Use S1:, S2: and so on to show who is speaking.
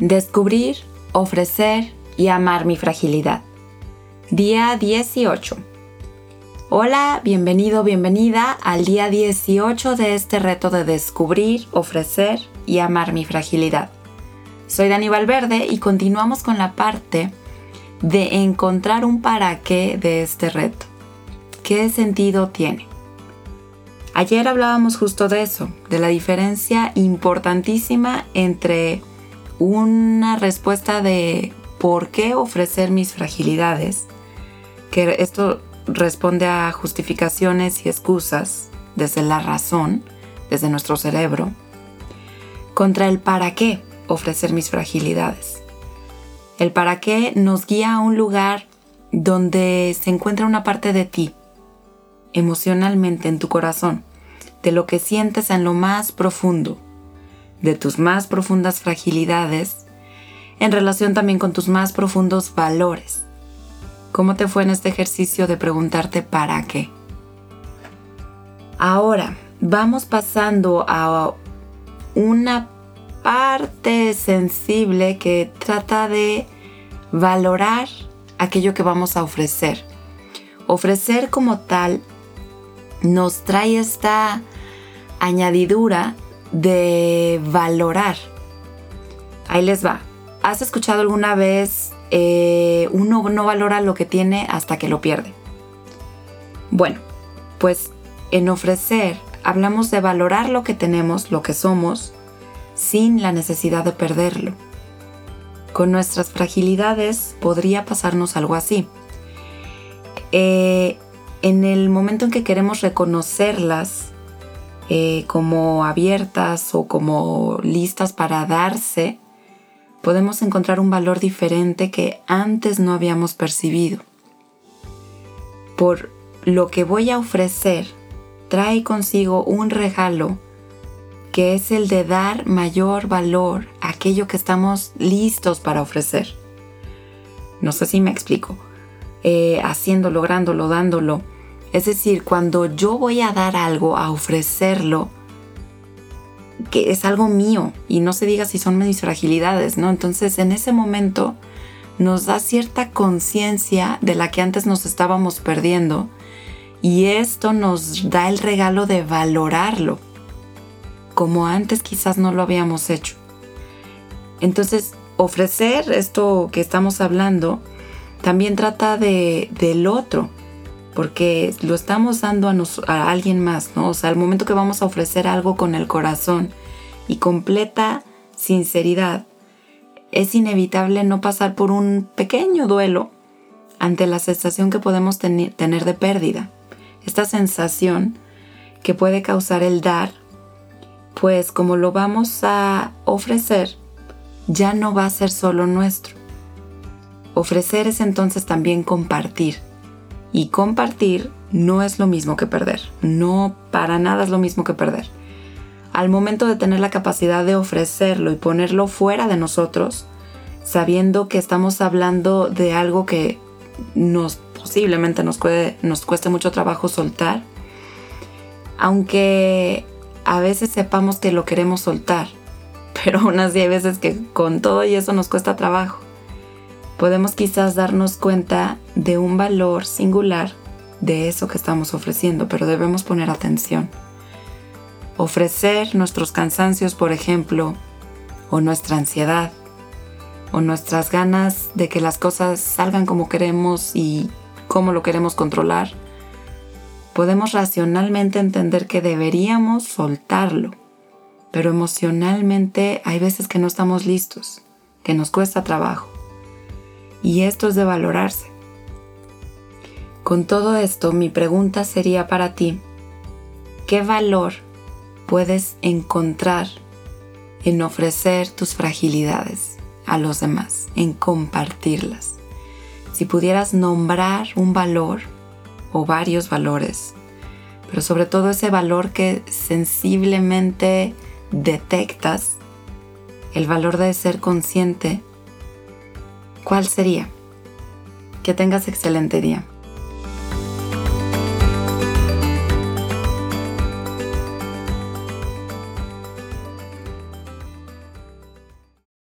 S1: Descubrir, ofrecer y amar mi fragilidad. Día 18. Hola, bienvenido, bienvenida al día 18 de este reto de descubrir, ofrecer y amar mi fragilidad. Soy Dani Valverde y continuamos con la parte de encontrar un para qué de este reto. ¿Qué sentido tiene? Ayer hablábamos justo de eso, de la diferencia importantísima entre una respuesta de por qué ofrecer mis fragilidades, que esto responde a justificaciones y excusas desde la razón, desde nuestro cerebro, contra el para qué ofrecer mis fragilidades. El para qué nos guía a un lugar donde se encuentra una parte de ti, emocionalmente en tu corazón, de lo que sientes en lo más profundo, de tus más profundas fragilidades, en relación también con tus más profundos valores. ¿Cómo te fue en este ejercicio de preguntarte para qué? Ahora, vamos pasando a una parte sensible que trata de valorar aquello que vamos a ofrecer. Ofrecer como tal nos trae esta añadidura de valorar. Ahí les va. ¿Has escuchado alguna vez uno no valora lo que tiene hasta que lo pierde? Bueno, pues en ofrecer hablamos de valorar lo que tenemos, lo que somos, sin la necesidad de perderlo. Con nuestras fragilidades podría pasarnos algo así. En el momento en que queremos reconocerlas como abiertas o como listas para darse, podemos encontrar un valor diferente que antes no habíamos percibido. Por lo que voy a ofrecer, trae consigo un regalo que es el de dar mayor valor a aquello que estamos listos para ofrecer. No sé si me explico. Haciendo, lográndolo, dándolo. Es decir, cuando yo voy a dar algo, a ofrecerlo, que es algo mío, y no se diga si son mis fragilidades, ¿no? Entonces, en ese momento nos da cierta conciencia de la que antes nos estábamos perdiendo, y esto nos da el regalo de valorarlo, como antes quizás no lo habíamos hecho. Entonces, ofrecer esto que estamos hablando también trata del otro, porque lo estamos dando a alguien más, ¿no? O sea, al momento que vamos a ofrecer algo con el corazón y completa sinceridad, es inevitable no pasar por un pequeño duelo ante la sensación que podemos tener de pérdida. Esta sensación que puede causar el dar, pues como lo vamos a ofrecer, ya no va a ser solo nuestro. Ofrecer es entonces también compartir. Y compartir no es lo mismo que perder. No, para nada es lo mismo que perder. Al momento de tener la capacidad de ofrecerlo y ponerlo fuera de nosotros, sabiendo que estamos hablando de algo que posiblemente nos cueste mucho trabajo soltar, aunque a veces sepamos que lo queremos soltar, pero aún así hay veces que con todo y eso nos cuesta trabajo. Podemos quizás darnos cuenta de un valor singular de eso que estamos ofreciendo, pero debemos poner atención. Ofrecer nuestros cansancios, por ejemplo, o nuestra ansiedad, o nuestras ganas de que las cosas salgan como queremos y cómo lo queremos controlar, podemos racionalmente entender que deberíamos soltarlo, pero emocionalmente hay veces que no estamos listos, que nos cuesta trabajo. Y esto es de valorarse. Con todo esto, mi pregunta sería para ti: ¿qué valor puedes encontrar en ofrecer tus fragilidades a los demás, en compartirlas? Si pudieras nombrar un valor o varios valores, pero sobre todo ese valor que sensiblemente detectas, el valor de ser consciente, ¿cuál sería? Que tengas excelente día.